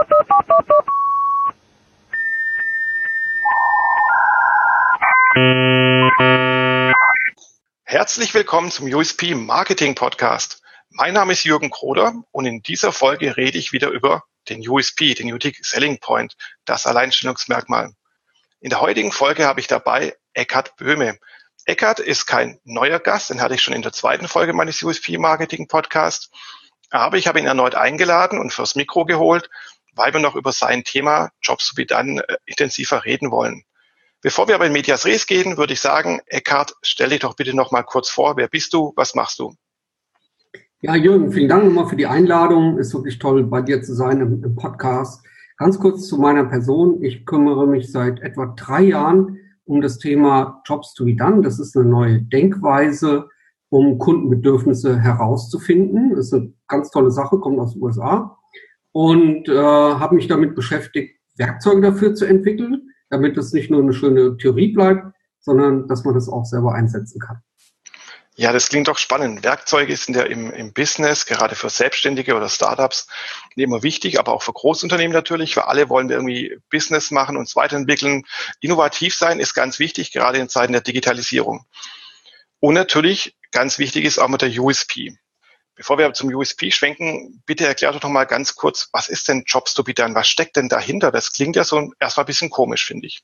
Herzlich willkommen zum USP Marketing Podcast. Mein Name ist Jürgen Kroder und in dieser Folge rede ich wieder über den USP, den Unique Selling Point, das Alleinstellungsmerkmal. In der heutigen Folge habe ich dabei Eckhard Böhme. Eckhard ist kein neuer Gast, den hatte ich schon in der zweiten Folge meines USP Marketing Podcasts, aber ich habe ihn erneut eingeladen und fürs Mikro geholt, weil wir noch über sein Thema Jobs to be done intensiver reden wollen. Bevor wir aber in Medias Res gehen, würde ich sagen, Eckhard, stell dich doch bitte noch mal kurz vor. Wer bist du? Was machst du? Ja, Jürgen, vielen Dank nochmal für die Einladung. Ist wirklich toll, bei dir zu sein im Podcast. Ganz kurz zu meiner Person. Ich kümmere mich seit etwa 3 Jahren um das Thema Jobs to be done. Das ist eine neue Denkweise, um Kundenbedürfnisse herauszufinden. Das ist eine ganz tolle Sache, kommt aus den USA. Und habe mich damit beschäftigt, Werkzeuge dafür zu entwickeln, damit es nicht nur eine schöne Theorie bleibt, sondern dass man das auch selber einsetzen kann. Ja, das klingt doch spannend. Werkzeuge sind ja im Business, gerade für Selbstständige oder Startups, immer wichtig, aber auch für Großunternehmen natürlich. Für alle wollen wir irgendwie Business machen, uns weiterentwickeln. Innovativ sein ist ganz wichtig, gerade in Zeiten der Digitalisierung. Und natürlich, ganz wichtig ist auch mit der USP. Bevor wir zum USP schwenken, bitte erklär doch noch mal ganz kurz, was ist denn Jobs to be done? Was steckt denn dahinter? Das klingt ja so erstmal ein bisschen komisch, finde ich.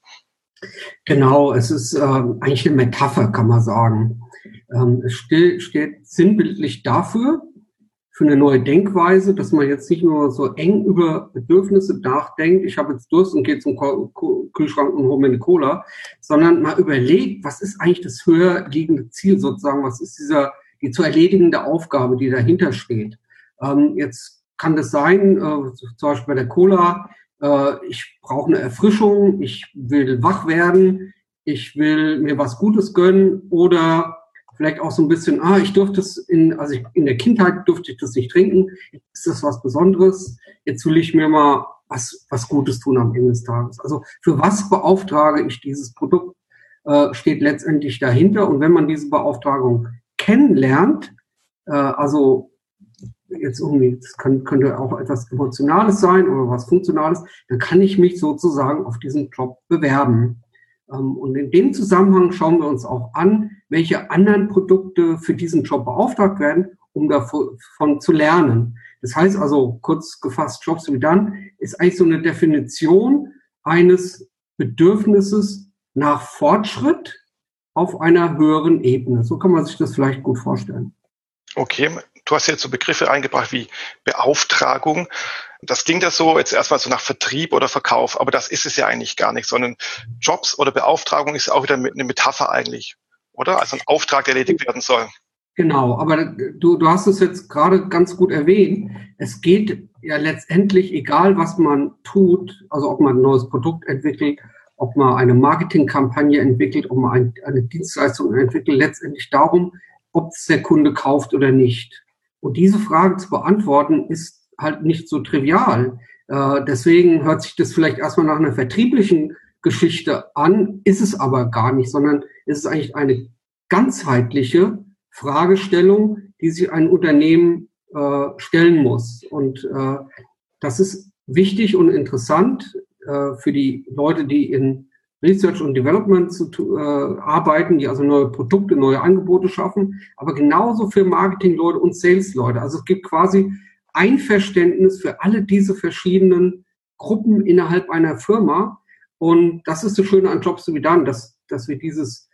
Genau, es ist eigentlich eine Metapher, kann man sagen. Es steht sinnbildlich dafür, für eine neue Denkweise, dass man jetzt nicht nur so eng über Bedürfnisse nachdenkt, ich habe jetzt Durst und gehe zum Kühlschrank und hole mir eine Cola, sondern mal überlegt, was ist eigentlich das höher liegende Ziel sozusagen, was ist die zu erledigende Aufgabe, die dahinter steht. Jetzt kann das sein, zum Beispiel bei der Cola, ich brauche eine Erfrischung, ich will wach werden, ich will mir was Gutes gönnen oder vielleicht auch so ein bisschen, ich durfte es in der Kindheit durfte ich das nicht trinken, jetzt ist das was Besonderes, jetzt will ich mir mal was Gutes tun am Ende des Tages. Also für was beauftrage ich dieses Produkt, steht letztendlich dahinter und wenn man diese Beauftragung kennenlernt, also jetzt irgendwie, das könnte auch etwas Emotionales sein oder was Funktionales, dann kann ich mich sozusagen auf diesen Job bewerben. Und in dem Zusammenhang schauen wir uns auch an, welche anderen Produkte für diesen Job beauftragt werden, um davon zu lernen. Das heißt also, kurz gefasst, Jobs to be done ist eigentlich so eine Definition eines Bedürfnisses nach Fortschritt auf einer höheren Ebene. So kann man sich das vielleicht gut vorstellen. Okay, du hast jetzt so Begriffe eingebracht wie Beauftragung. Das klingt ja so jetzt erstmal so nach Vertrieb oder Verkauf, aber das ist es ja eigentlich gar nicht, sondern Jobs oder Beauftragung ist auch wieder eine Metapher eigentlich, oder? Also ein Auftrag, der erledigt werden soll. Genau, aber du hast es jetzt gerade ganz gut erwähnt. Es geht ja letztendlich, egal was man tut, also ob man ein neues Produkt entwickelt, ob man eine Marketingkampagne entwickelt, ob man eine Dienstleistung entwickelt, letztendlich darum, ob es der Kunde kauft oder nicht. Und diese Frage zu beantworten, ist halt nicht so trivial. Deswegen hört sich das vielleicht erstmal nach einer vertrieblichen Geschichte an, ist es aber gar nicht, sondern es ist eigentlich eine ganzheitliche Fragestellung, die sich ein Unternehmen stellen muss. Und das ist wichtig und interessant für die Leute, die in Research und Development arbeiten, die also neue Produkte, neue Angebote schaffen, aber genauso für Marketingleute und Salesleute. Also es gibt quasi ein Verständnis für alle diese verschiedenen Gruppen innerhalb einer Firma. Und das ist das Schöne an Jobs to be done, dass wir dieses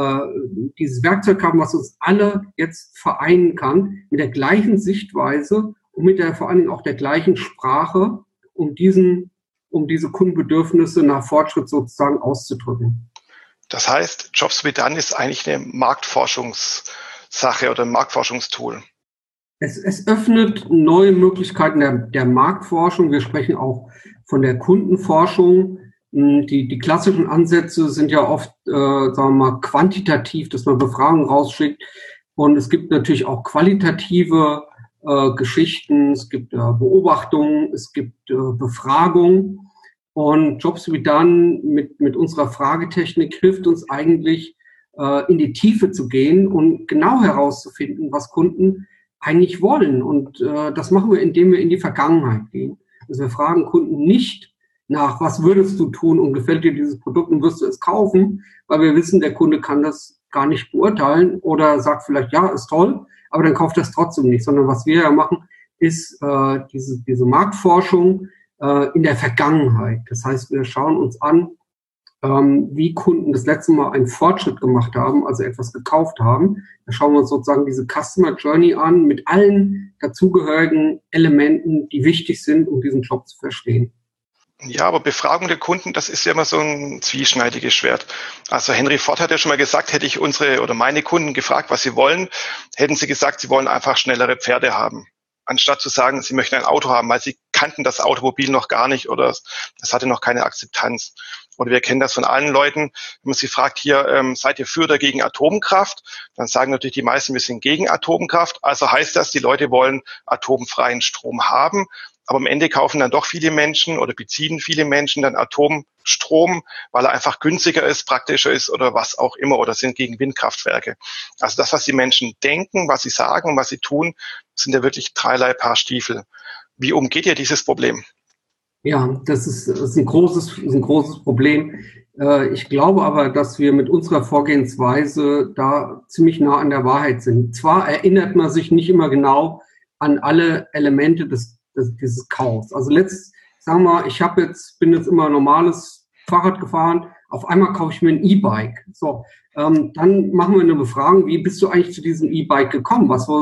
Werkzeug haben, was uns alle jetzt vereinen kann, mit der gleichen Sichtweise und mit der vor allen Dingen auch der gleichen Sprache, um diese Kundenbedürfnisse nach Fortschritt sozusagen auszudrücken. Das heißt, Jobs to be done ist eigentlich eine Marktforschungssache oder ein Marktforschungstool. Es öffnet neue Möglichkeiten der Marktforschung. Wir sprechen auch von der Kundenforschung. Die klassischen Ansätze sind ja oft, sagen wir mal, quantitativ, dass man Befragungen rausschickt. Und es gibt natürlich auch qualitative Geschichten, es gibt Beobachtungen, es gibt Befragungen. Und Jobs to be done mit unserer Fragetechnik hilft uns eigentlich, in die Tiefe zu gehen und genau herauszufinden, was Kunden eigentlich wollen. Und das machen wir, indem wir in die Vergangenheit gehen. Also wir fragen Kunden nicht nach, was würdest du tun und gefällt dir dieses Produkt und wirst du es kaufen, weil wir wissen, der Kunde kann das gar nicht beurteilen oder sagt vielleicht, ja, ist toll, aber dann kauft er es trotzdem nicht, sondern was wir ja machen, ist diese Marktforschung in der Vergangenheit. Das heißt, wir schauen uns an, wie Kunden das letzte Mal einen Fortschritt gemacht haben, also etwas gekauft haben. Da schauen wir uns sozusagen diese Customer Journey an mit allen dazugehörigen Elementen, die wichtig sind, um diesen Job zu verstehen. Ja, aber Befragung der Kunden, das ist ja immer so ein zwieschneidiges Schwert. Also Henry Ford hat ja schon mal gesagt, hätte ich unsere oder meine Kunden gefragt, was sie wollen, hätten sie gesagt, sie wollen einfach schnellere Pferde haben, anstatt zu sagen, sie möchten ein Auto haben, weil sie kannten das Automobil noch gar nicht oder das hatte noch keine Akzeptanz. Oder wir kennen das von allen Leuten, wenn man sie fragt, hier, seid ihr für oder gegen Atomkraft? Dann sagen natürlich die meisten, wir sind gegen Atomkraft. Also heißt das, die Leute wollen atomfreien Strom haben. Aber am Ende kaufen dann doch viele Menschen oder beziehen viele Menschen dann Atomstrom, weil er einfach günstiger ist, praktischer ist oder was auch immer oder sind gegen Windkraftwerke. Also das, was die Menschen denken, was sie sagen und was sie tun, sind ja wirklich dreierlei Paar Stiefel. Wie umgeht ihr dieses Problem? Ja, das ist ein großes Problem. Ich glaube aber, dass wir mit unserer Vorgehensweise da ziemlich nah an der Wahrheit sind. Zwar erinnert man sich nicht immer genau an alle Elemente dieses Kaufs. Also sagen wir mal, bin jetzt immer normales Fahrrad gefahren, auf einmal kaufe ich mir ein E-Bike. So, dann machen wir eine Befragung, wie bist du eigentlich zu diesem E-Bike gekommen? Was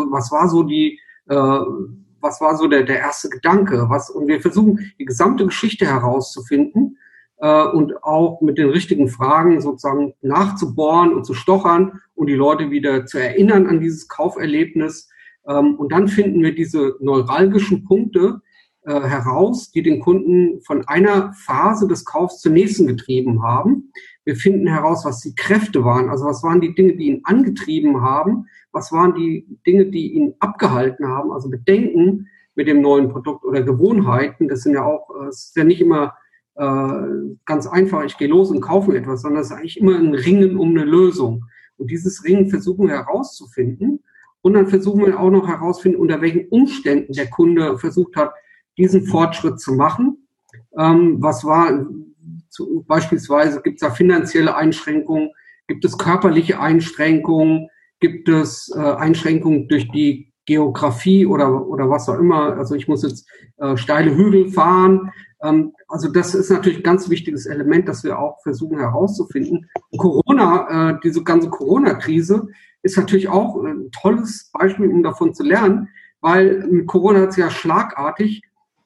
war so der erste Gedanke? Und wir versuchen, die gesamte Geschichte herauszufinden und auch mit den richtigen Fragen sozusagen nachzubohren und zu stochern und die Leute wieder zu erinnern an dieses Kauferlebnis. Und dann finden wir diese neuralgischen Punkte heraus, die den Kunden von einer Phase des Kaufs zur nächsten getrieben haben. Wir finden heraus, was die Kräfte waren, also was waren die Dinge, die ihn angetrieben haben, was waren die Dinge, die ihn abgehalten haben, also Bedenken mit dem neuen Produkt oder Gewohnheiten. Das ist ja nicht immer ganz einfach, ich gehe los und kaufe mir etwas, sondern es ist eigentlich immer ein Ringen um eine Lösung. Und dieses Ringen versuchen wir herauszufinden. Und dann versuchen wir auch noch herauszufinden, unter welchen Umständen der Kunde versucht hat, diesen Fortschritt zu machen. Beispielsweise gibt es da finanzielle Einschränkungen, gibt es körperliche Einschränkungen, gibt es Einschränkungen durch die Geografie oder was auch immer. Also ich muss jetzt steile Hügel fahren. Also das ist natürlich ein ganz wichtiges Element, das wir auch versuchen herauszufinden. Diese ganze Corona-Krise ist natürlich auch ein tolles Beispiel, um davon zu lernen, weil mit Corona hat es ja schlagartig,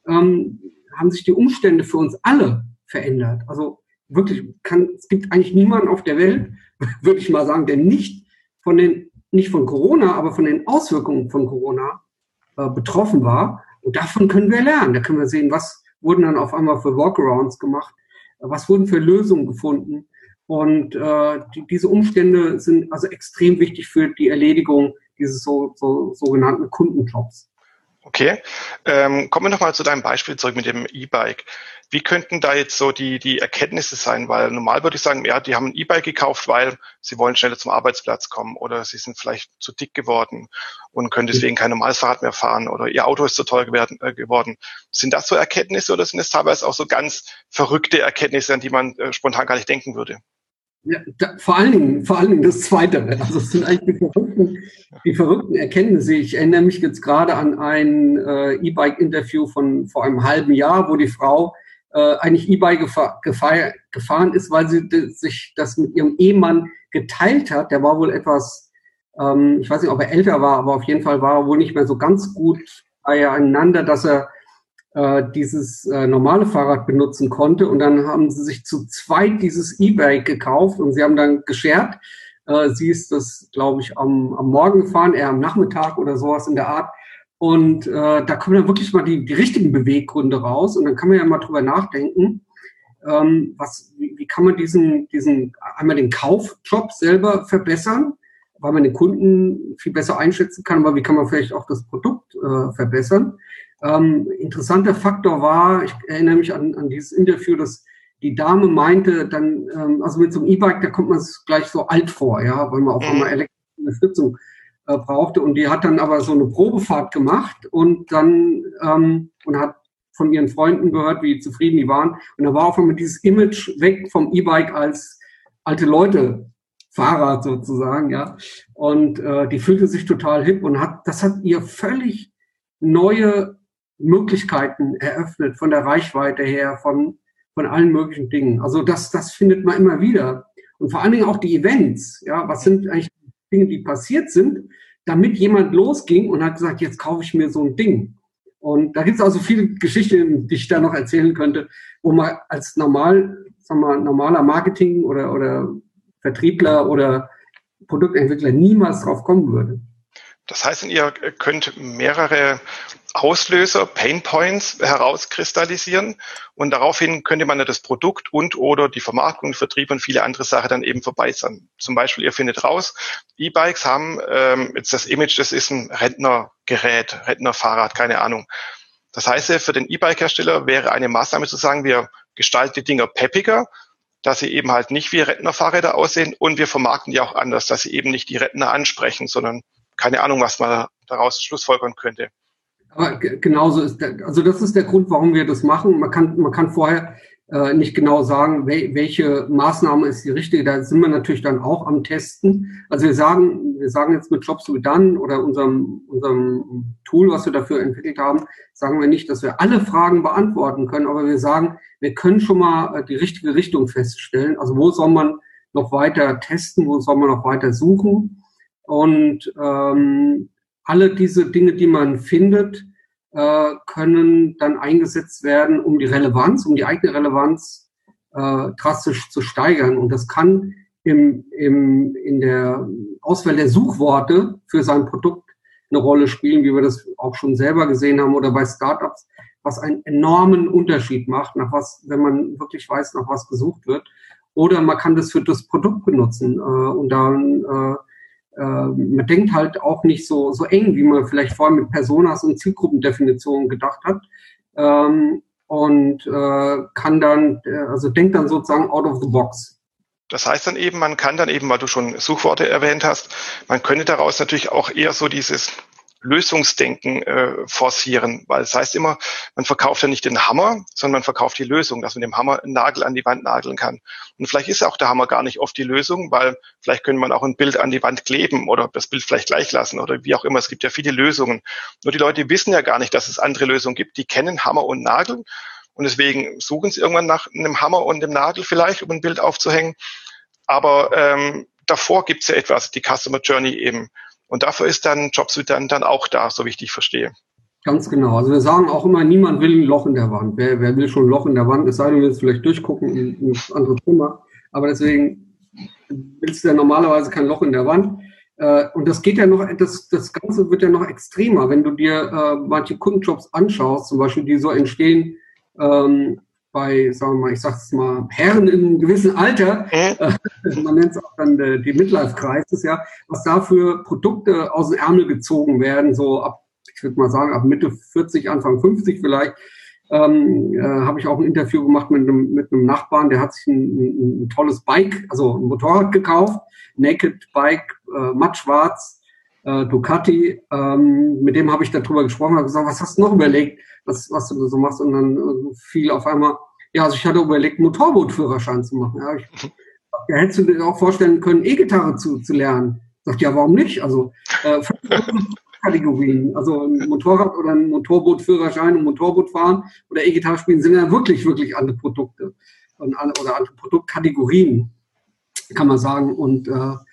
haben sich die Umstände für uns alle verändert. Also wirklich, es gibt eigentlich niemanden auf der Welt, würde ich mal sagen, der nicht von Corona, aber von den Auswirkungen von Corona betroffen war. Und davon können wir lernen. Da können wir sehen, was wurden dann auf einmal für Workarounds gemacht, was wurden für Lösungen gefunden. Und diese Umstände sind also extrem wichtig für die Erledigung dieses sogenannten Kundenjobs. Okay, kommen wir nochmal zu deinem Beispiel zurück mit dem E-Bike. Wie könnten da jetzt so die Erkenntnisse sein? Weil normal würde ich sagen, ja, die haben ein E-Bike gekauft, weil sie wollen schneller zum Arbeitsplatz kommen oder sie sind vielleicht zu dick geworden und können deswegen kein normales Fahrrad mehr fahren oder ihr Auto ist zu teuer geworden. Sind das so Erkenntnisse oder sind es teilweise auch so ganz verrückte Erkenntnisse, an die man spontan gar nicht denken würde? Ja, vor allen Dingen das Zweite. Also es sind eigentlich die verrückten Erkenntnisse. Ich erinnere mich jetzt gerade an ein E-Bike-Interview von vor einem halben Jahr, wo die Frau eigentlich E-Bike gefahren ist, weil sie sich das mit ihrem Ehemann geteilt hat. Der war wohl etwas, ich weiß nicht, ob er älter war, aber auf jeden Fall war er wohl nicht mehr so ganz gut beieinander, dass er dieses normale Fahrrad benutzen konnte. Und dann haben sie sich zu zweit dieses E-Bike gekauft und sie haben dann geshared. Sie ist das, glaube ich, am Morgen gefahren, eher am Nachmittag oder sowas in der Art. Und da kommen dann wirklich mal die richtigen Beweggründe raus. Und dann kann man ja mal drüber nachdenken, wie kann man einmal den Kaufjob selber verbessern, weil man den Kunden viel besser einschätzen kann, aber wie kann man vielleicht auch das Produkt verbessern. Interessanter Faktor war, ich erinnere mich an dieses Interview, dass die Dame meinte, dann, also mit so einem E-Bike, da kommt man es gleich so alt vor, ja, weil man auf einmal elektrische Unterstützung brauchte. Und die hat dann aber so eine Probefahrt gemacht und dann und hat von ihren Freunden gehört, wie zufrieden die waren. Und da war auf einmal dieses Image weg vom E-Bike als alte Leute Fahrrad sozusagen, ja. Und die fühlte sich total hip und das hat ihr völlig neue Möglichkeiten eröffnet, von der Reichweite her, von allen möglichen Dingen. Also das findet man immer wieder. Und vor allen Dingen auch die Events, ja, was sind eigentlich Dinge, die passiert sind, damit jemand losging und hat gesagt, jetzt kaufe ich mir so ein Ding. Und da gibt es also viele Geschichten, die ich da noch erzählen könnte, wo man als normaler Marketing oder Vertriebler oder Produktentwickler niemals drauf kommen würde. Das heißt, ihr könnt mehrere Auslöser, Painpoints herauskristallisieren und daraufhin könnte man das Produkt und/oder die Vermarktung, Vertrieb und viele andere Sachen dann eben verbessern. Zum Beispiel, ihr findet raus, E-Bikes haben jetzt das Image, das ist ein Rentnergerät, Rentnerfahrrad, keine Ahnung. Das heißt, für den E-Bike-Hersteller wäre eine Maßnahme zu sagen, wir gestalten die Dinger peppiger, dass sie eben halt nicht wie Rentnerfahrräder aussehen und wir vermarkten die auch anders, dass sie eben nicht die Rentner ansprechen, sondern keine Ahnung, was man daraus schlussfolgern könnte. Aber genauso ist das ist der Grund, warum wir das machen. Man kann vorher nicht genau sagen, welche Maßnahme ist die richtige. Da sind wir natürlich dann auch am Testen. Also wir sagen jetzt mit Jobs wie Done oder unserem Tool, was wir dafür entwickelt haben, sagen wir nicht, dass wir alle Fragen beantworten können, aber wir sagen, wir können schon mal die richtige Richtung feststellen. Also wo soll man noch weiter testen, wo soll man noch weiter suchen? Und alle diese Dinge, die man findet, können dann eingesetzt werden, um die eigene Relevanz drastisch zu steigern. Und das kann in der Auswahl der Suchworte für sein Produkt eine Rolle spielen, wie wir das auch schon selber gesehen haben oder bei Startups, was einen enormen Unterschied macht, wenn man wirklich weiß, nach was gesucht wird. Oder man kann das für das Produkt benutzen und dann man denkt halt auch nicht so eng, wie man vielleicht vorher mit Personas und Zielgruppendefinitionen gedacht hat und kann dann, denkt dann sozusagen out of the box. Das heißt dann eben, man kann dann eben, weil du schon Suchworte erwähnt hast, man könnte daraus natürlich auch eher so dieses Lösungsdenken forcieren, weil es heißt immer, man verkauft ja nicht den Hammer, sondern man verkauft die Lösung, dass man mit dem Hammer einen Nagel an die Wand nageln kann. Und vielleicht ist auch der Hammer gar nicht oft die Lösung, weil vielleicht könnte man auch ein Bild an die Wand kleben oder das Bild vielleicht gleich lassen oder wie auch immer. Es gibt ja viele Lösungen. Nur die Leute wissen ja gar nicht, dass es andere Lösungen gibt. Die kennen Hammer und Nagel und deswegen suchen sie irgendwann nach einem Hammer und einem Nagel vielleicht, um ein Bild aufzuhängen. Aber davor gibt es ja etwas, die Customer Journey eben. Und dafür ist dann Jobsuite dann auch da, so wie ich dich verstehe. Ganz genau. Also wir sagen auch immer, niemand will ein Loch in der Wand. Wer will schon ein Loch in der Wand? Es sei denn, du willst vielleicht durchgucken in das andere Zimmer. Aber deswegen willst du ja normalerweise kein Loch in der Wand. Und das geht ja noch, das Ganze wird ja noch extremer, wenn du dir manche Kundenjobs anschaust, zum Beispiel, die so entstehen bei, sagen wir mal, ich sag's mal, Herren in einem gewissen Alter, man nennt es auch dann die Midlife-Crisis, ja, was da für Produkte aus dem Ärmel gezogen werden, so ab, ich würde mal sagen, ab Mitte 40, Anfang 50 vielleicht, habe ich auch ein Interview gemacht mit einem Nachbarn, der hat sich ein tolles Bike, also ein Motorrad gekauft, Naked Bike, matt schwarz, Ducati, mit dem habe ich darüber gesprochen, habe gesagt, was hast du noch überlegt, was du so machst? Und dann fiel auf einmal, ja, also ich hatte überlegt, Motorbootführerschein zu machen. Ja, hättest du dir auch vorstellen können, E-Gitarre zu lernen? Sagt, ja, warum nicht? Also Kategorien, also ein Motorrad oder ein Motorbootführerschein und Motorboot fahren oder E-Gitarre spielen sind ja wirklich, wirklich andere Produkte oder andere Produktkategorien, kann man sagen. Und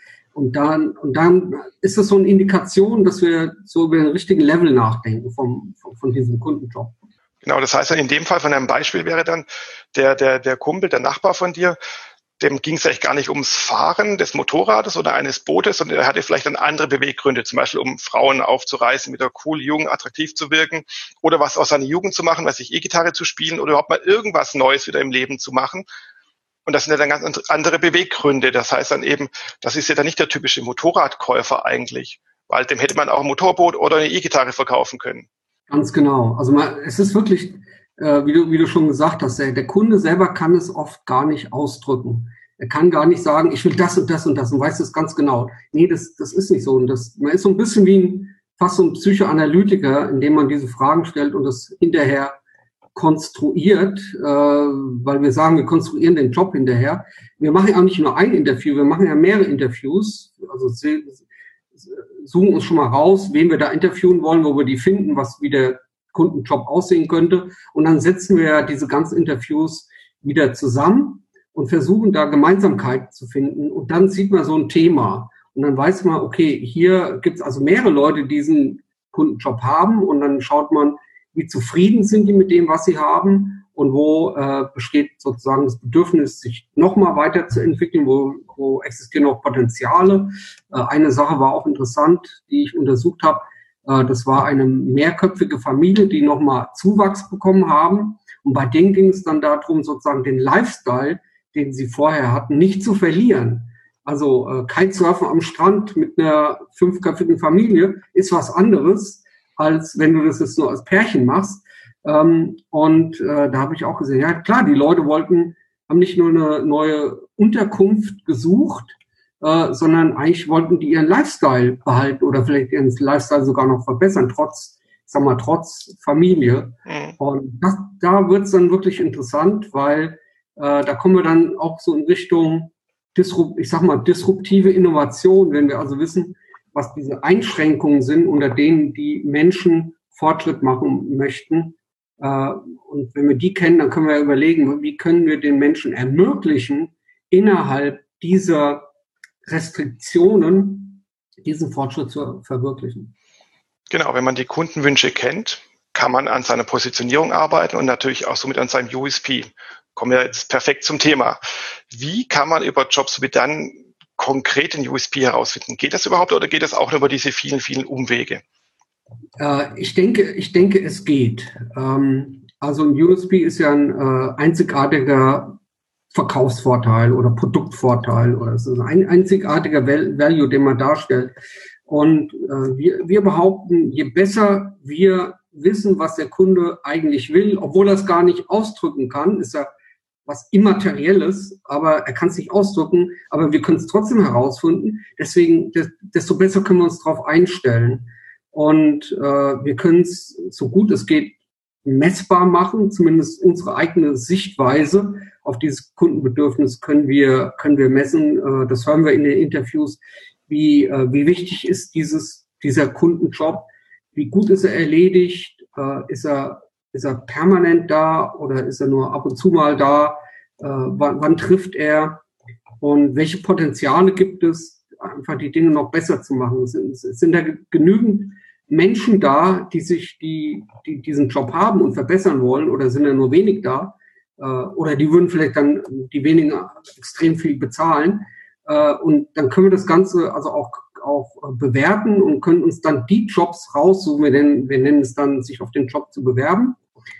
dann ist das so eine Indikation, dass wir so über den richtigen Level nachdenken von diesem Kundenjob. Genau, das heißt, in dem Fall von einem Beispiel wäre dann der Kumpel, der Nachbar von dir, dem ging es eigentlich gar nicht ums Fahren des Motorrades oder eines Bootes, sondern er hatte vielleicht dann andere Beweggründe, zum Beispiel um Frauen aufzureißen, wieder cool, jung, attraktiv zu wirken oder was aus seiner Jugend zu machen, E-Gitarre zu spielen oder überhaupt mal irgendwas Neues wieder im Leben zu machen. Und das sind ja dann ganz andere Beweggründe. Das heißt dann eben, das ist ja dann nicht der typische Motorradkäufer eigentlich, weil dem hätte man auch ein Motorboot oder eine E-Gitarre verkaufen können. Ganz genau. Also es ist wirklich, wie du schon gesagt hast, der Kunde selber kann es oft gar nicht ausdrücken. Er kann gar nicht sagen, ich will das und das und das und weiß das ganz genau. Nee, das ist nicht so. Und man ist so ein bisschen fast so ein Psychoanalytiker, indem man diese Fragen stellt und das hinterher konstruiert, weil wir sagen, wir konstruieren den Job hinterher. Wir machen ja auch nicht nur ein Interview, wir machen ja mehrere Interviews. Also suchen uns schon mal raus, wen wir da interviewen wollen, wo wir die finden, wie der Kundenjob aussehen könnte. Und dann setzen wir diese ganzen Interviews wieder zusammen und versuchen da Gemeinsamkeiten zu finden. Und dann sieht man so ein Thema. Und dann weiß man, okay, hier gibt es also mehrere Leute, die diesen Kundenjob haben. Und dann schaut man, wie zufrieden sind die mit dem, was sie haben und wo besteht sozusagen das Bedürfnis, sich nochmal weiterzuentwickeln, wo existieren auch Potenziale. Eine Sache war auch interessant, die ich untersucht habe. Das war eine mehrköpfige Familie, die nochmal Zuwachs bekommen haben. Und bei denen ging es dann darum, sozusagen den Lifestyle, den sie vorher hatten, nicht zu verlieren. Also Kitesurfen am Strand mit einer 5köpfigen Familie ist was anderes, als wenn du das jetzt nur als Pärchen machst. Da habe ich auch gesehen, ja klar, die Leute haben nicht nur eine neue Unterkunft gesucht, sondern eigentlich wollten die ihren Lifestyle behalten oder vielleicht ihren Lifestyle sogar noch verbessern, trotz Familie. Und da wird es dann wirklich interessant, weil da kommen wir dann auch so in Richtung disruptive Innovation, wenn wir also wissen, was diese Einschränkungen sind, unter denen die Menschen Fortschritt machen möchten. Und wenn wir die kennen, dann können wir überlegen, wie können wir den Menschen ermöglichen, innerhalb dieser Restriktionen diesen Fortschritt zu verwirklichen. Genau, wenn man die Kundenwünsche kennt, kann man an seiner Positionierung arbeiten und natürlich auch somit an seinem USP. Kommen wir jetzt perfekt zum Thema. Wie kann man über Jobs wie dann konkret den USP herausfinden? Geht das überhaupt oder geht das auch nur über diese vielen, vielen Umwege? Ich denke, es geht. Also ein USP ist ja ein einzigartiger Verkaufsvorteil oder Produktvorteil oder es ist ein einzigartiger Value, den man darstellt. Und wir behaupten, je besser wir wissen, was der Kunde eigentlich will, obwohl er es gar nicht ausdrücken kann, ist ja was Immaterielles, aber er kann es nicht ausdrücken, aber wir können es trotzdem herausfinden. Deswegen, desto besser können wir uns darauf einstellen. Und wir können es, so gut es geht, messbar machen, zumindest unsere eigene Sichtweise auf dieses Kundenbedürfnis können wir messen. Das hören wir in den Interviews, wie wichtig ist dieser Kundenjob, wie gut ist er erledigt, ist er permanent da oder ist er nur ab und zu mal da, wann trifft er und welche Potenziale gibt es, einfach die Dinge noch besser zu machen. Sind da genügend Menschen da, die diesen Job haben und verbessern wollen oder sind da nur wenig da? Oder die würden vielleicht dann die wenigen extrem viel bezahlen. Und dann können wir das Ganze also auch bewerten und können uns dann die Jobs raussuchen, wir nennen es dann, sich auf den Job zu bewerben,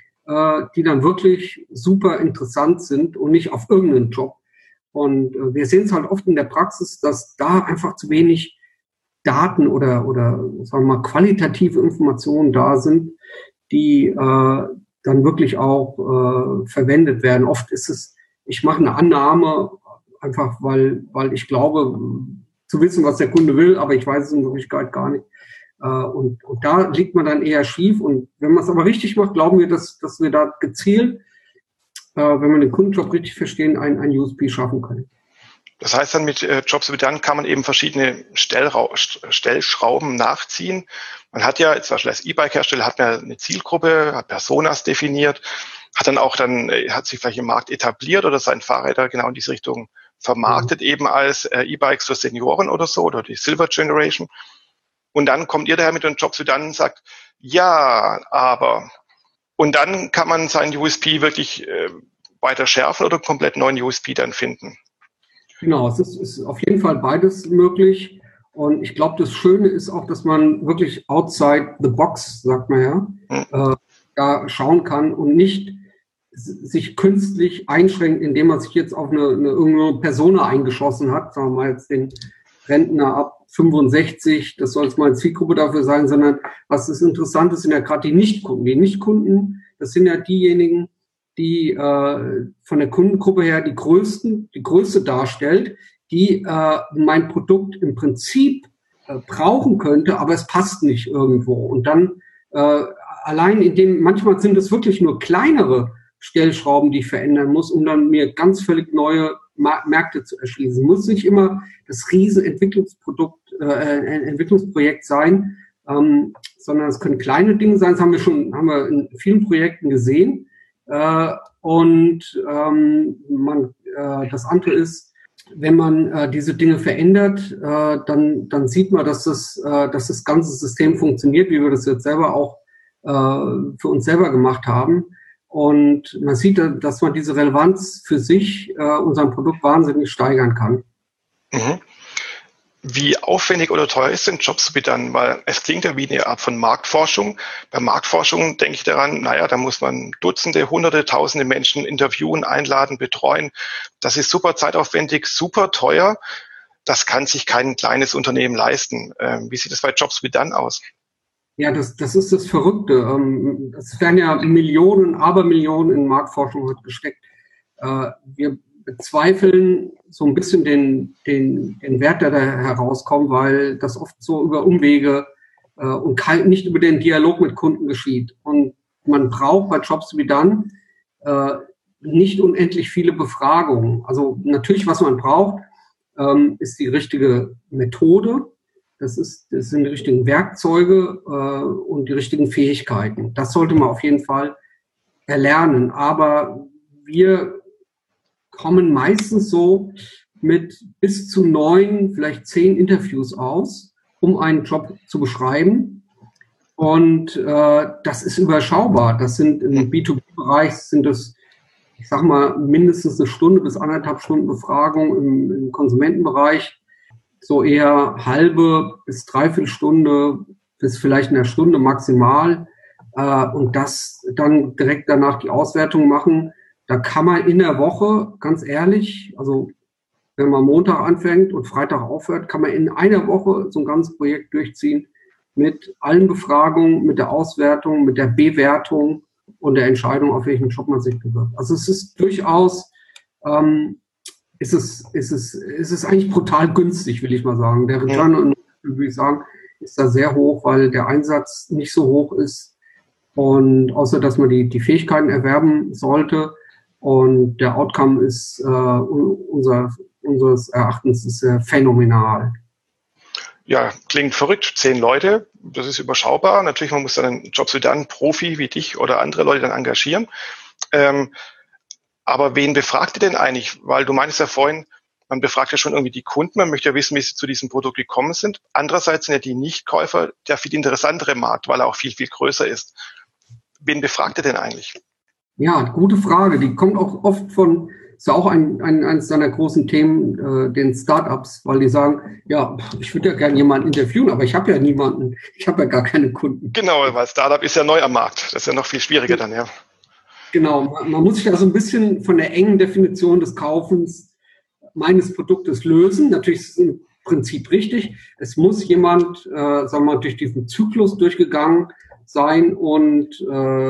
die dann wirklich super interessant sind und nicht auf irgendeinen Job. Und wir sehen es halt oft in der Praxis, dass da einfach zu wenig Daten oder sagen wir mal qualitative Informationen da sind, die dann wirklich auch verwendet werden. Oft ist es, ich mache eine Annahme, einfach weil ich glaube, zu wissen, was der Kunde will, aber ich weiß es in Wirklichkeit gar nicht. Und da liegt man dann eher schief. Und wenn man es aber richtig macht, glauben wir, dass wir da gezielt, wenn wir den Kundenjob richtig verstehen, ein USP schaffen können. Das heißt dann mit Jobs wie dann kann man eben verschiedene Stellschrauben nachziehen. Man hat ja, zum Beispiel als E-Bike-Hersteller, hat man eine Zielgruppe, hat Personas definiert, hat sich vielleicht im Markt etabliert oder seine Fahrräder genau in diese Richtung vermarktet, eben als E-Bikes für Senioren oder so, oder die Silver Generation. Und dann kommt ihr daher mit den Jobs wie dann und sagt, ja, aber. Und dann kann man seinen USP wirklich weiter schärfen oder einen komplett neuen USP dann finden. Genau, es ist auf jeden Fall beides möglich. Und ich glaube, das Schöne ist auch, dass man wirklich outside the box, sagt man ja, da schauen kann und nicht sich künstlich einschränkt, indem man sich jetzt auf irgendeine Persona eingeschossen hat, sagen wir mal jetzt den Rentner ab 65, das soll jetzt mal eine Zielgruppe dafür sein, sondern was ist interessant ist, sind ja gerade die Nichtkunden. Die Nichtkunden, das sind ja diejenigen, die von der Kundengruppe her die größte darstellt, die mein Produkt im Prinzip brauchen könnte, aber es passt nicht irgendwo. Und dann allein manchmal sind es wirklich nur kleinere Stellschrauben, die ich verändern muss, um dann mir ganz völlig neue Märkte zu erschließen. Muss nicht immer das riesen Entwicklungsprojekt sein, sondern es können kleine Dinge sein. Das haben wir in vielen Projekten gesehen. Das andere ist, wenn man diese Dinge verändert, dann sieht man, dass das ganze System funktioniert, wie wir das jetzt selber auch für uns selber gemacht haben. Und man sieht, dass man diese Relevanz für sich, unserem Produkt wahnsinnig steigern kann. Mhm. Wie aufwendig oder teuer ist denn Jobsuite dann? Weil es klingt ja wie eine Art von Marktforschung. Bei Marktforschung denke ich daran, da muss man Dutzende, Hunderte, Tausende Menschen interviewen, einladen, betreuen. Das ist super zeitaufwendig, super teuer. Das kann sich kein kleines Unternehmen leisten. Wie sieht es bei Jobsuite dann aus? Ja, das ist das Verrückte. Es werden ja Millionen, Abermillionen in Marktforschung gesteckt. Wir bezweifeln so ein bisschen den Wert, der da herauskommt, weil das oft so über Umwege und nicht über den Dialog mit Kunden geschieht. Und man braucht bei Jobsuite dann nicht unendlich viele Befragungen. Also natürlich, was man braucht, ist die richtige Methode. Das sind die richtigen Werkzeuge und die richtigen Fähigkeiten. Das sollte man auf jeden Fall erlernen. Aber wir kommen meistens so mit bis zu 9, vielleicht 10 Interviews aus, um einen Job zu beschreiben. Und das ist überschaubar. Das sind im B2B-Bereich ich sag mal, mindestens 1 Stunde bis 1,5 Stunden Befragung im Konsumentenbereich. So eher halbe bis 3/4 Stunde bis vielleicht 1 Stunde maximal. Und das dann direkt danach die Auswertung machen. Da kann man in der Woche, ganz ehrlich, also wenn man Montag anfängt und Freitag aufhört, kann man in einer Woche so ein ganzes Projekt durchziehen mit allen Befragungen, mit der Auswertung, mit der Bewertung und der Entscheidung, auf welchen Job man sich bewirbt. Also es ist durchaus, ist es eigentlich brutal günstig, will ich mal sagen. Der Return, würde ich sagen, ist da sehr hoch, weil der Einsatz nicht so hoch ist. Und außer, dass man die Fähigkeiten erwerben sollte. Und der Outcome ist unseres Erachtens ist phänomenal. Ja, klingt verrückt. 10 Leute, das ist überschaubar. Natürlich, man muss dann einen Jobsuite dann Profi wie dich oder andere Leute dann engagieren. Aber wen befragt ihr denn eigentlich? Weil du meinst ja vorhin, man befragt ja schon irgendwie die Kunden, man möchte ja wissen, wie sie zu diesem Produkt gekommen sind. Andererseits sind ja die Nichtkäufer der viel interessantere Markt, weil er auch viel, viel größer ist. Wen befragt ihr denn eigentlich? Ja, gute Frage. Die kommt auch oft ist ja auch eines deiner großen Themen, den Startups, weil die sagen, ja, ich würde ja gerne jemanden interviewen, aber ich habe ja niemanden, ich habe ja gar keine Kunden. Genau, weil Startup ist ja neu am Markt. Das ist ja noch viel schwieriger dann, ja. Genau, man muss sich da so ein bisschen von der engen Definition des Kaufens meines Produktes lösen. Natürlich ist es im Prinzip richtig. Es muss jemand, sagen wir mal, durch diesen Zyklus durchgegangen sein und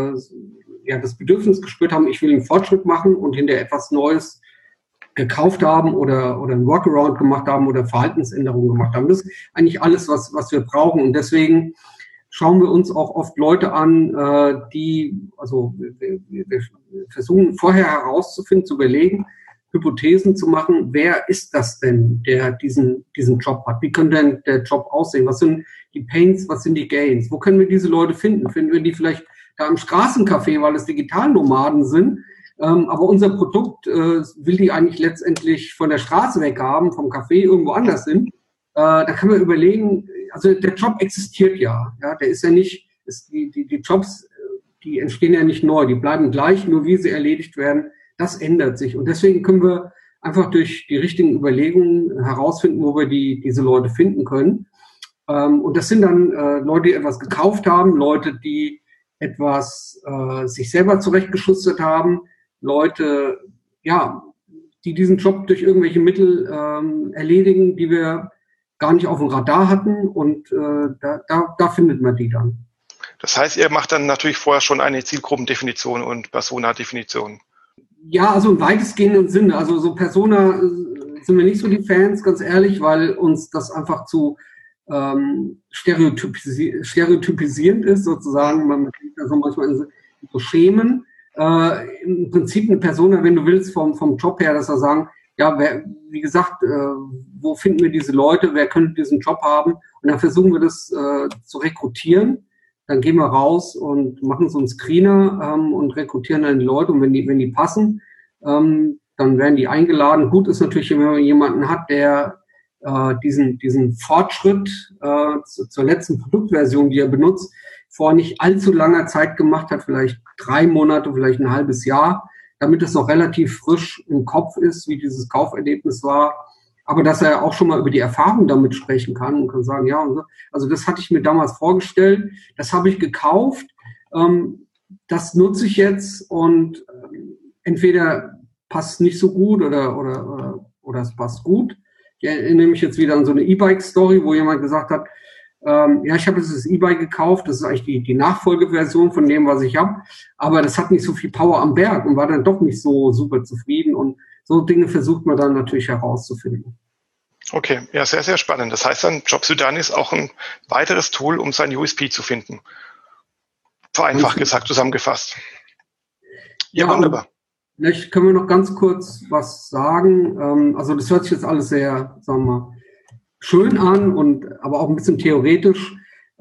das Bedürfnis gespürt haben, ich will einen Fortschritt machen und hinterher etwas Neues gekauft haben oder einen Workaround gemacht haben oder Verhaltensänderungen gemacht haben. Das ist eigentlich alles, was wir brauchen. Und deswegen schauen wir uns auch oft Leute an, wir versuchen vorher herauszufinden, zu überlegen, Hypothesen zu machen, wer ist das denn, der diesen Job hat? Wie könnte denn der Job aussehen? Was sind die Pains, was sind die Gains? Wo können wir diese Leute finden? Finden wir die vielleicht da im Straßencafé, weil es Digitalnomaden sind? Aber unser Produkt will die eigentlich letztendlich von der Straße weg haben, vom Café irgendwo anders hin. Da kann man überlegen, also der Job existiert ja. Der ist ja nicht, die Jobs, die entstehen ja nicht neu, die bleiben gleich, nur wie sie erledigt werden, das ändert sich. Und deswegen können wir einfach durch die richtigen Überlegungen herausfinden, wo wir diese Leute finden können. Und das sind dann Leute, die etwas gekauft haben, Leute, die etwas sich selber zurechtgeschustert haben, Leute, die diesen Job durch irgendwelche Mittel erledigen, die wir gar nicht auf dem Radar hatten. Und da findet man die dann. Das heißt, ihr macht dann natürlich vorher schon eine Zielgruppendefinition und Persona-Definition. Ja, also im weitestgehenden Sinne. Also so Persona sind wir nicht so die Fans, ganz ehrlich, weil uns das einfach zu stereotypisierend ist, sozusagen. Man kann sich da so manchmal so schämen. Im Prinzip eine Person, wenn du willst, vom Job her, dass er sagen, ja, wie gesagt, wo finden wir diese Leute, wer könnte diesen Job haben? Und dann versuchen wir das zu rekrutieren. Dann gehen wir raus und machen so einen Screener und rekrutieren dann die Leute. Und wenn die passen, dann werden die eingeladen. Gut ist natürlich, wenn man jemanden hat, der diesen Fortschritt zur letzten Produktversion, die er benutzt, vor nicht allzu langer Zeit gemacht hat, vielleicht 3 Monate, vielleicht ein halbes Jahr, damit es noch relativ frisch im Kopf ist, wie dieses Kauferlebnis war. Aber dass er auch schon mal über die Erfahrung damit sprechen kann und kann sagen, ja, und so. Also das hatte ich mir damals vorgestellt, das habe ich gekauft, das nutze ich jetzt und entweder passt nicht so gut oder es passt gut. Ich erinnere mich jetzt wieder an so eine E-Bike-Story, wo jemand gesagt hat, ja, ich habe jetzt das E-Bike gekauft, das ist eigentlich die Nachfolgeversion von dem, was ich habe, aber das hat nicht so viel Power am Berg und war dann doch nicht so super zufrieden und so Dinge versucht man dann natürlich herauszufinden. Okay, ja, sehr, sehr spannend. Das heißt dann, JobSudan ist auch ein weiteres Tool, um sein USP zu finden. Vereinfacht gesagt, zusammengefasst. Ja, wunderbar. Vielleicht können wir noch ganz kurz was sagen. Also das hört sich jetzt alles sehr, sagen wir mal, schön an aber auch ein bisschen theoretisch.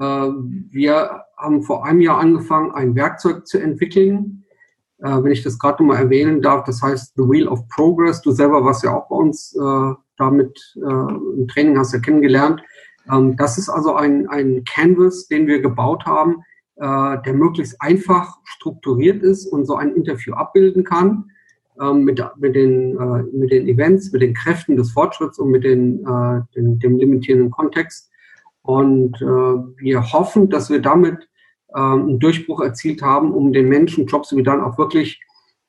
Wir haben vor einem Jahr angefangen, ein Werkzeug zu entwickeln. Wenn ich das gerade mal erwähnen darf, das heißt The Wheel of Progress. Du selber warst ja auch bei uns damit im Training, hast ja kennengelernt. Das ist also ein Canvas, den wir gebaut haben, der möglichst einfach strukturiert ist und so ein Interview abbilden kann mit den Events, mit den Kräften des Fortschritts und mit dem limitierenden Kontext. Und wir hoffen, dass wir damit einen Durchbruch erzielt haben, um den Menschen JobSudan auch wirklich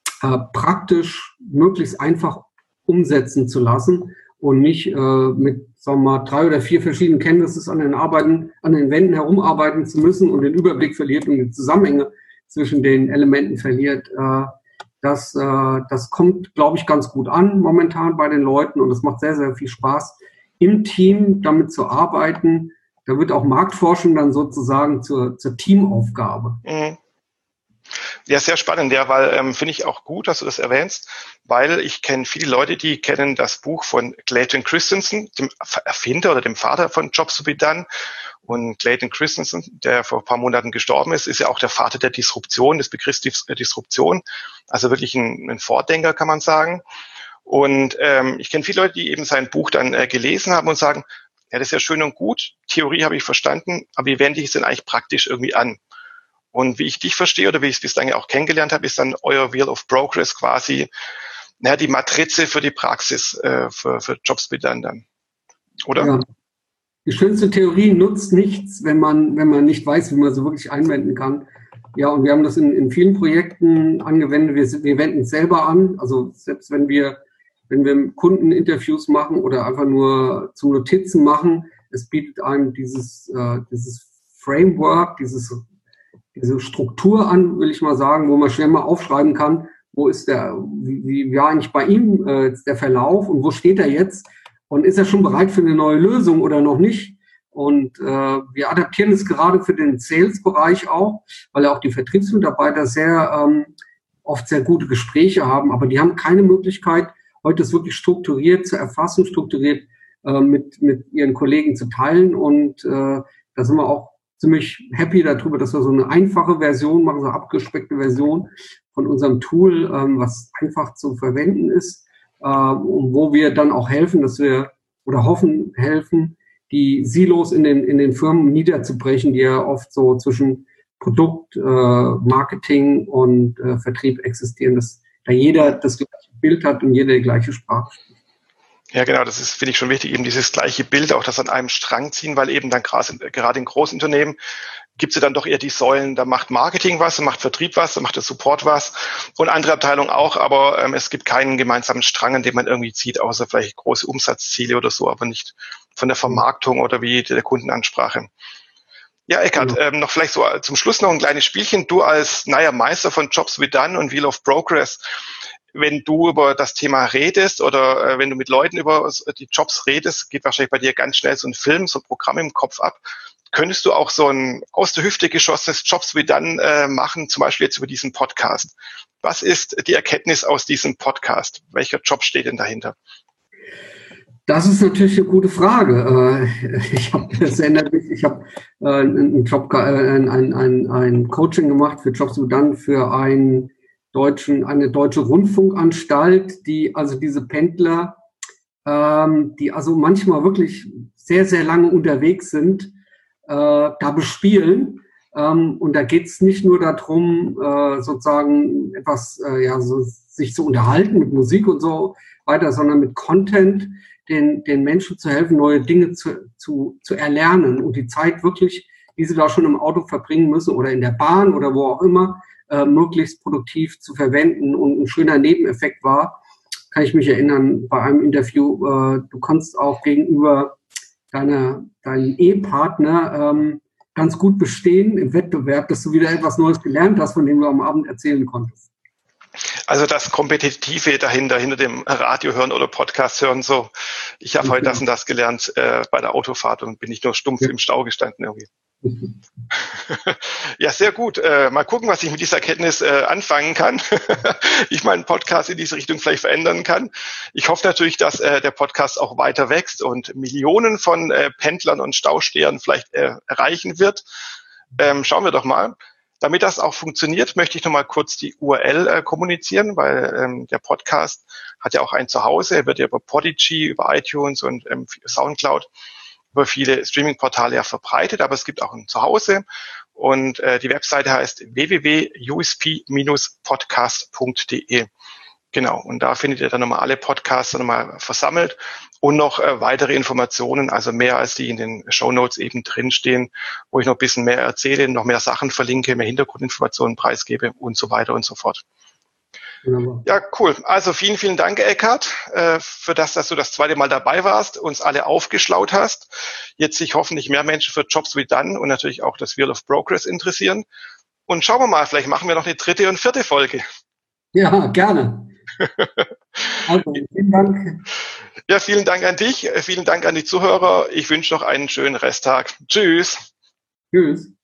praktisch möglichst einfach umsetzen zu lassen und nicht mit, sagen wir mal, 3 oder 4 verschiedenen Canvases an den Wänden herumarbeiten zu müssen und den Überblick verliert und die Zusammenhänge zwischen den Elementen verliert. Das kommt, glaube ich, ganz gut an momentan bei den Leuten und es macht sehr, sehr viel Spaß, im Team damit zu arbeiten. Da wird auch Marktforschung dann sozusagen zur Teamaufgabe. Mhm. Ja, sehr spannend, ja, weil finde ich auch gut, dass du das erwähnst, weil ich kenne viele Leute, die kennen das Buch von Clayton Christensen, dem Erfinder oder dem Vater von JobSudan. Und Clayton Christensen, der vor ein paar Monaten gestorben ist, ist ja auch der Vater der Disruption, des Begriffs Disruption. Also wirklich ein Vordenker, kann man sagen. Und ich kenne viele Leute, die eben sein Buch dann gelesen haben und sagen, ja, das ist ja schön und gut, Theorie habe ich verstanden, aber wie wende ich es denn eigentlich praktisch irgendwie an? Und wie ich dich verstehe oder wie ich es bislang auch kennengelernt habe, ist dann euer Wheel of Progress quasi die Matrize für die Praxis für JobSudan dann, oder? Ja. Die schönste Theorie nutzt nichts, wenn man nicht weiß, wie man sie wirklich einwenden kann. Ja, und wir haben das in vielen Projekten angewendet. Wir wenden es selber an. Also selbst wenn wir Kundeninterviews machen oder einfach nur zum Notizen machen, es bietet einem dieses Framework, diese Struktur an, will ich mal sagen, wo man schnell mal aufschreiben kann, wie war eigentlich bei ihm der Verlauf und wo steht er jetzt und ist er schon bereit für eine neue Lösung oder noch nicht? Und wir adaptieren es gerade für den Sales-Bereich auch, weil ja auch die Vertriebsmitarbeiter oft sehr gute Gespräche haben, aber die haben keine Möglichkeit, heute das wirklich strukturiert zu erfassen, strukturiert mit ihren Kollegen zu teilen und da sind wir auch ziemlich happy darüber, dass wir so eine einfache Version machen, so eine abgespeckte Version von unserem Tool, was einfach zu verwenden ist, und wo wir dann auch helfen, helfen, die Silos in den Firmen niederzubrechen, die ja oft so zwischen Produkt, Marketing und Vertrieb existieren, dass da jeder das gleiche Bild hat und jeder die gleiche Sprache spricht. Ja, genau, das ist, finde ich, schon wichtig, eben dieses gleiche Bild, auch das an einem Strang ziehen, weil eben dann gerade in Großunternehmen gibt es ja dann doch eher die Säulen, da macht Marketing was, da macht Vertrieb was, da macht der Support was und andere Abteilungen auch, aber es gibt keinen gemeinsamen Strang, an dem man irgendwie zieht, außer vielleicht große Umsatzziele oder so, aber nicht von der Vermarktung oder wie der Kundenansprache. Ja, Eckhard, noch vielleicht so zum Schluss noch ein kleines Spielchen. Du als Meister von JobSudan und Wheel of Progress, wenn du über das Thema redest oder wenn du mit Leuten über die Jobs redest, geht wahrscheinlich bei dir ganz schnell so ein Film, so ein Programm im Kopf ab. Könntest du auch so ein aus der Hüfte geschossenes Jobs wie dann machen, zum Beispiel jetzt über diesen Podcast? Was ist die Erkenntnis aus diesem Podcast? Welcher Job steht denn dahinter? Das ist natürlich eine gute Frage. Ich habe einen Job, ein Coaching gemacht für Jobs und dann für eine deutsche Rundfunkanstalt, die also diese Pendler, die also manchmal wirklich sehr, sehr lange unterwegs sind, da bespielen. Und da geht es nicht nur darum, sozusagen etwas, sich zu unterhalten mit Musik und so weiter, sondern mit Content, den Menschen zu helfen, neue Dinge zu erlernen und die Zeit wirklich, die sie da schon im Auto verbringen müssen oder in der Bahn oder wo auch immer, möglichst produktiv zu verwenden. Und ein schöner Nebeneffekt war, kann ich mich erinnern, bei einem Interview, du kannst auch gegenüber deinem Ehepartner ganz gut bestehen im Wettbewerb, dass du wieder etwas Neues gelernt hast, von dem du am Abend erzählen konntest. Also das Kompetitive dahinter, hinter dem Radio hören oder Podcast hören, so, ich habe heute das und das gelernt bei der Autofahrt und bin nicht nur stumpf im Stau gestanden irgendwie. Ja, sehr gut. Mal gucken, was ich mit dieser Erkenntnis anfangen kann. Ich meinen Podcast in diese Richtung vielleicht verändern kann. Ich hoffe natürlich, dass der Podcast auch weiter wächst und Millionen von Pendlern und Staustehern vielleicht erreichen wird. Schauen wir doch mal. Damit das auch funktioniert, möchte ich nochmal kurz die URL kommunizieren, weil der Podcast hat ja auch ein Zuhause. Er wird ja über Podigy, über iTunes und Soundcloud über viele Streaming-Portale ja verbreitet, aber es gibt auch ein Zuhause und die Webseite heißt www.usp-podcast.de. Genau, und da findet ihr dann nochmal alle Podcasts nochmal versammelt und noch weitere Informationen, also mehr als die in den Shownotes eben drinstehen, wo ich noch ein bisschen mehr erzähle, noch mehr Sachen verlinke, mehr Hintergrundinformationen preisgebe und so weiter und so fort. Wunderbar. Ja, cool. Also vielen, vielen Dank, Eckhard, für das, dass du das zweite Mal dabei warst, uns alle aufgeschlaut hast. Jetzt sich hoffentlich mehr Menschen für Jobs wie dann und natürlich auch das Wheel of Progress interessieren. Und schauen wir mal, vielleicht machen wir noch eine 3. und 4. Folge. Ja, gerne. Also, vielen Dank. Ja, vielen Dank an dich. Vielen Dank an die Zuhörer. Ich wünsche noch einen schönen Resttag. Tschüss. Tschüss.